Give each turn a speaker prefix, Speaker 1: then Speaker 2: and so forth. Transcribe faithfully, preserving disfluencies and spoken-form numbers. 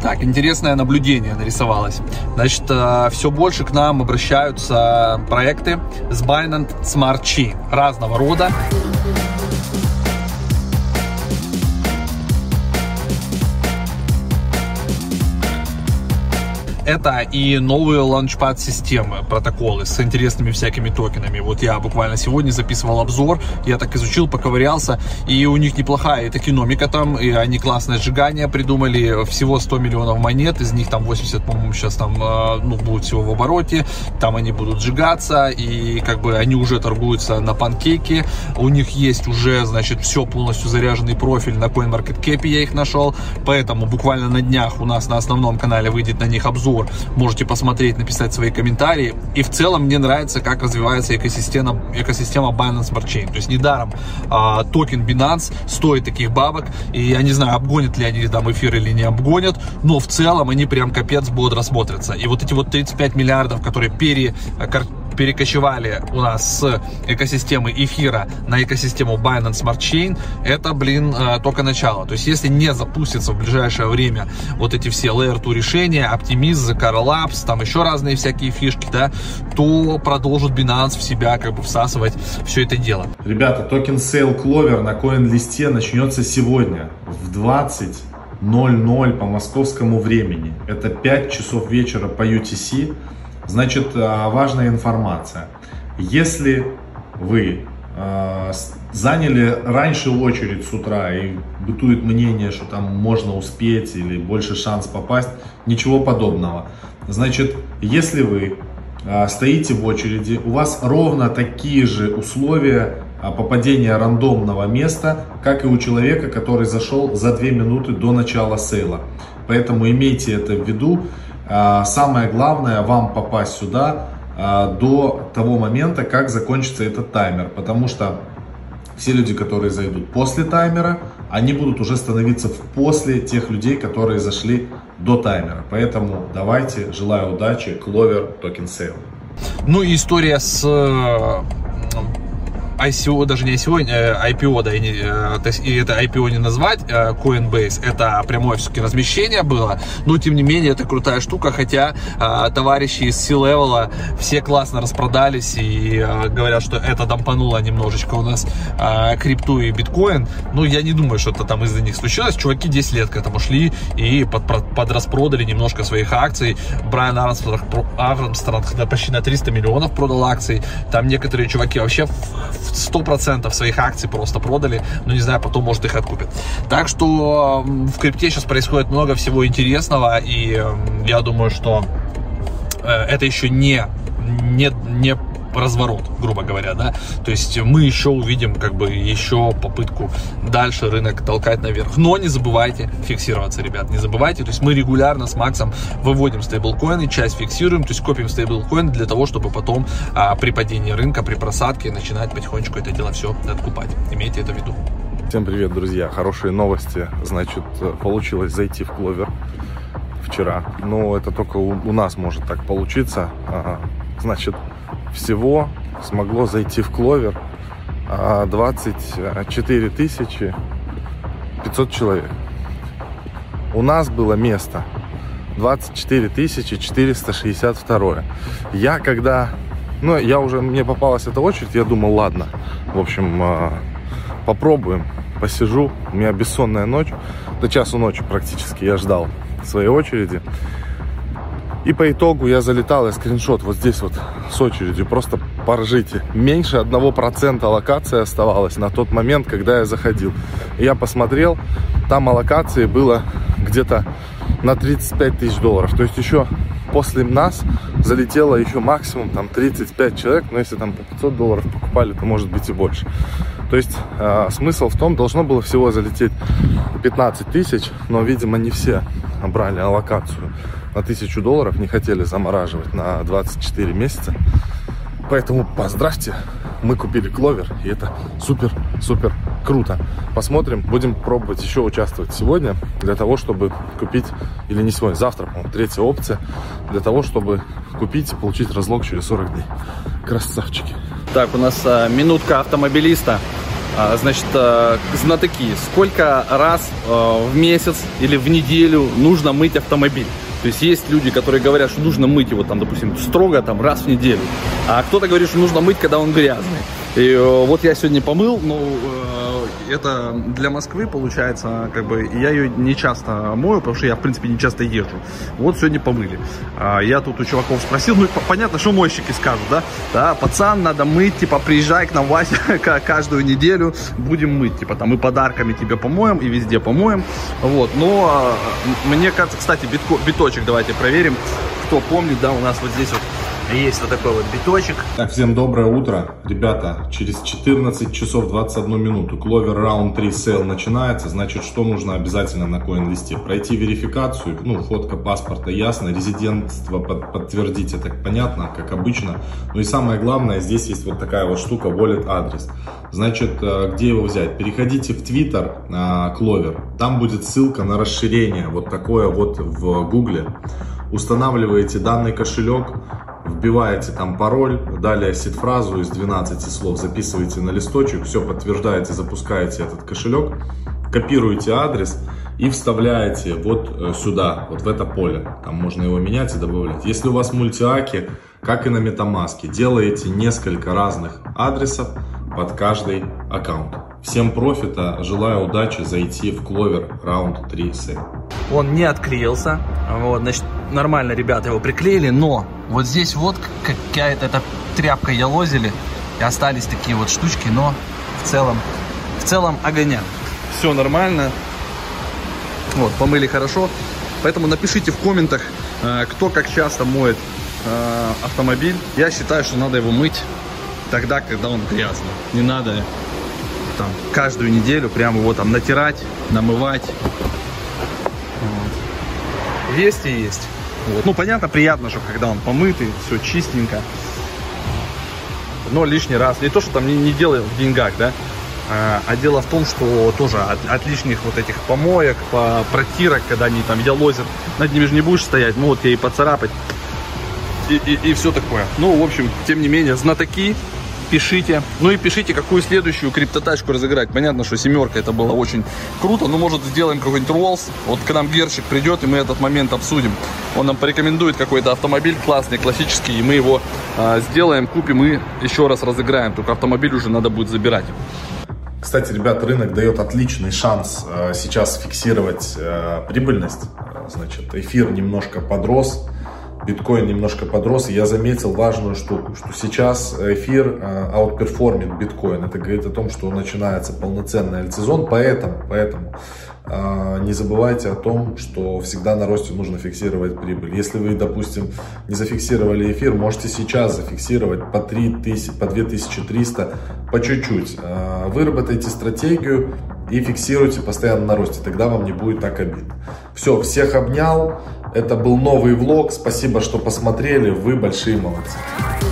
Speaker 1: Так, интересное наблюдение нарисовалось. Значит, все больше к нам обращаются проекты с Binance Smart Chain разного рода. Это и новые лаунчпад-системы, протоколы с интересными всякими токенами. Вот я буквально сегодня записывал обзор, я так изучил, поковырялся, и у них неплохая и токеномика там, и они классное сжигание придумали, всего сто миллионов монет, из них там восемьдесят, по-моему, сейчас там, ну, будет всего в обороте, там они будут сжигаться, и как бы они уже торгуются на панкейке, у них есть уже, значит, все полностью заряженный профиль на CoinMarketCap, я их нашел, поэтому буквально на днях у нас на основном канале выйдет на них обзор. Можете посмотреть, написать свои комментарии. И в целом мне нравится, как развивается экосистема, экосистема Binance Smart Chain. То есть недаром а, токен Binance стоит таких бабок. И я не знаю, обгонят ли они там эфир или не обгонят. Но в целом они прям капец бодро смотрятся. И вот эти вот тридцать пять миллиардов, которые пере... перекочевали у нас с экосистемы эфира на экосистему Binance Smart Chain, это, блин, только начало. То есть, если не запустятся в ближайшее время вот эти все Layer два решения, Optimism, Coral Labs, там еще разные всякие фишки, да, то продолжит Binance в себя как бы всасывать все это дело.
Speaker 2: Ребята, токен Sale Clover на CoinList'е начнется сегодня в двадцать ноль ноль по московскому времени. Это пять часов вечера по ю ти си. Значит, важная информация. Если вы э, заняли раньше очередь с утра и бытует мнение, что там можно успеть или больше шанс попасть, ничего подобного. Значит, если вы э, стоите в очереди, у вас ровно такие же условия попадения рандомного места, как и у человека, который зашел за две минуты до начала сейла. Поэтому имейте это в виду. Самое главное вам попасть сюда до того момента, как закончится этот таймер, потому что все люди, которые зайдут после таймера, они будут уже становиться в после тех людей, которые зашли до таймера. Поэтому давайте, желаю удачи, Clover Token Sale.
Speaker 1: Ну и история с ай си о, даже не ай си о, ай пи о, да, и, не, то есть, и это ай пи о не назвать, Coinbase, это прямое все-таки размещение было, но тем не менее это крутая штука, хотя товарищи из C-Level все классно распродались и говорят, что это дампануло немножечко у нас крипту и биткоин, но я не думаю, что это там из-за них случилось, чуваки десять лет к этому шли и под, подраспродали немножко своих акций, Брайан Армстронг, Армстронг да, почти на триста миллионов продал акций, там некоторые чуваки вообще в сто процентов своих акций просто продали, но не знаю, потом, может, их откупят. Так что в крипте сейчас происходит много всего интересного, и я думаю, что это еще не, не, не разворот, грубо говоря, да, то есть мы еще увидим как бы еще попытку дальше рынок толкать наверх, но не забывайте фиксироваться, ребят, не забывайте, то есть мы регулярно с Максом выводим стейблкоины, часть фиксируем, то есть копим стейблкоины для того, чтобы потом а, при падении рынка, при просадке начинать потихонечку это дело все откупать, имейте это в виду.
Speaker 3: Всем привет, друзья, хорошие новости, значит, получилось зайти в Clover вчера, но это только у, у нас может так получиться, значит, всего смогло зайти в Clover двадцать четыре тысячи пятьсот человек. У нас было место двадцать четыре тысячи четыреста шестьдесят два. Я когда, ну, я уже, мне попалась эта очередь, я думал, ладно, в общем, попробуем, посижу. У меня бессонная ночь, до часу ночи практически я ждал своей очереди. И по итогу я залетал, я скриншот вот здесь вот с очередью, просто поржите. Меньше одного процента аллокации оставалось на тот момент, когда я заходил. И я посмотрел, там аллокации было где-то на тридцать пять тысяч долларов. То есть еще после нас залетело еще максимум там тридцать пять человек. Но если там по пятьсот долларов покупали, то может быть и больше. То есть э, смысл в том, должно было всего залететь пятнадцать тысяч, но, видимо, не все брали аллокацию на тысячу долларов, не хотели замораживать на двадцать четыре месяца. Поэтому поздравьте, мы купили Clover, и это супер-супер круто. Посмотрим, будем пробовать еще участвовать сегодня, для того, чтобы купить, или не сегодня, завтра, по-моему, третья опция, для того, чтобы купить и получить разлог через сорок дней. Красавчики.
Speaker 1: Так, у нас а, минутка автомобилиста. Значит, знатоки, сколько раз в месяц или в неделю нужно мыть автомобиль? То есть есть люди, которые говорят, что нужно мыть его, там, допустим, строго там, раз в неделю. А кто-то говорит, что нужно мыть, когда он грязный. И вот я сегодня помыл, но это для Москвы получается, как бы, я ее не часто мою, потому что я, в принципе, не часто езжу. Вот сегодня помыли. Я тут у чуваков спросил, ну, понятно, что мойщики скажут, да? Да, пацан, надо мыть, типа, приезжай к нам, Вася, каждую неделю будем мыть, типа, там, и подарками тебе помоем, и везде помоем. Вот, но мне кажется, кстати, битко, биточек давайте проверим. Кто помнит, да, у нас вот здесь вот есть вот такой вот биточек.
Speaker 2: Так, всем доброе утро. Ребята, через четырнадцать часов двадцать одну минуту Clover Round три Sale начинается. Значит, что нужно обязательно на CoinList'е? Пройти верификацию, ну, фотка паспорта ясно, резидентство под, подтвердить, это понятно, как обычно. Ну и самое главное, здесь есть вот такая вот штука, wallet адрес. Значит, где его взять? Переходите в Twitter Clover, там будет ссылка на расширение, вот такое вот в Гугле. Устанавливаете данный кошелек, вбиваете там пароль, далее сид-фразу из двенадцати слов записываете на листочек, все подтверждаете, запускаете этот кошелек, копируете адрес и вставляете вот сюда, вот в это поле. Там можно его менять и добавлять. Если у вас мультиаки, как и на MetaMask, делаете несколько разных адресов под каждый аккаунт. Всем профита, желаю удачи зайти в Clover Round три Sale.
Speaker 1: Он не отклеился, вот, значит, нормально ребята его приклеили, но вот здесь вот какая-то эта тряпка елозили, и остались такие вот штучки, но в целом, в целом огоняк. Все нормально, вот, помыли хорошо, поэтому напишите в комментах, кто как часто моет автомобиль. Я считаю, что надо его мыть тогда, когда он грязный, не надо там каждую неделю прямо его там натирать, намывать. Вот. Есть и есть. Вот. Ну, понятно, приятно, что когда он помытый, все чистенько. Но лишний раз. Не то, что там не, не делаем в деньгах, да, а, а дело в том, что тоже от, от лишних вот этих помоек, по протирок, когда они там елозят, над ними же не будешь стоять, ну вот ей поцарапать и, и, и все такое. Ну, в общем, тем не менее, знатоки, пишите. Ну и пишите, какую следующую криптотачку разыграть. Понятно, что семерка это было очень круто. Но может сделаем какой-нибудь роллс. Вот к нам Герчик придет, и мы этот момент обсудим. Он нам порекомендует какой-то автомобиль классный, классический. И мы его а, сделаем, купим и еще раз разыграем. Только автомобиль уже надо будет забирать.
Speaker 2: Кстати, ребят, рынок дает отличный шанс э, сейчас фиксировать э, прибыльность. Значит, эфир немножко подрос. Биткоин немножко подрос, и я заметил важную штуку, что сейчас эфир э, аутперформит биткоин. Это говорит о том, что начинается полноценный альтсезон, поэтому, поэтому э, не забывайте о том, что всегда на росте нужно фиксировать прибыль. Если вы, допустим, не зафиксировали эфир, можете сейчас зафиксировать по три тысячи, по две тысячи триста, по чуть-чуть. Э, выработайте стратегию и фиксируйте постоянно на росте, тогда вам не будет так обидно. Все, всех обнял. Это был новый влог. Спасибо, что посмотрели. Вы большие молодцы.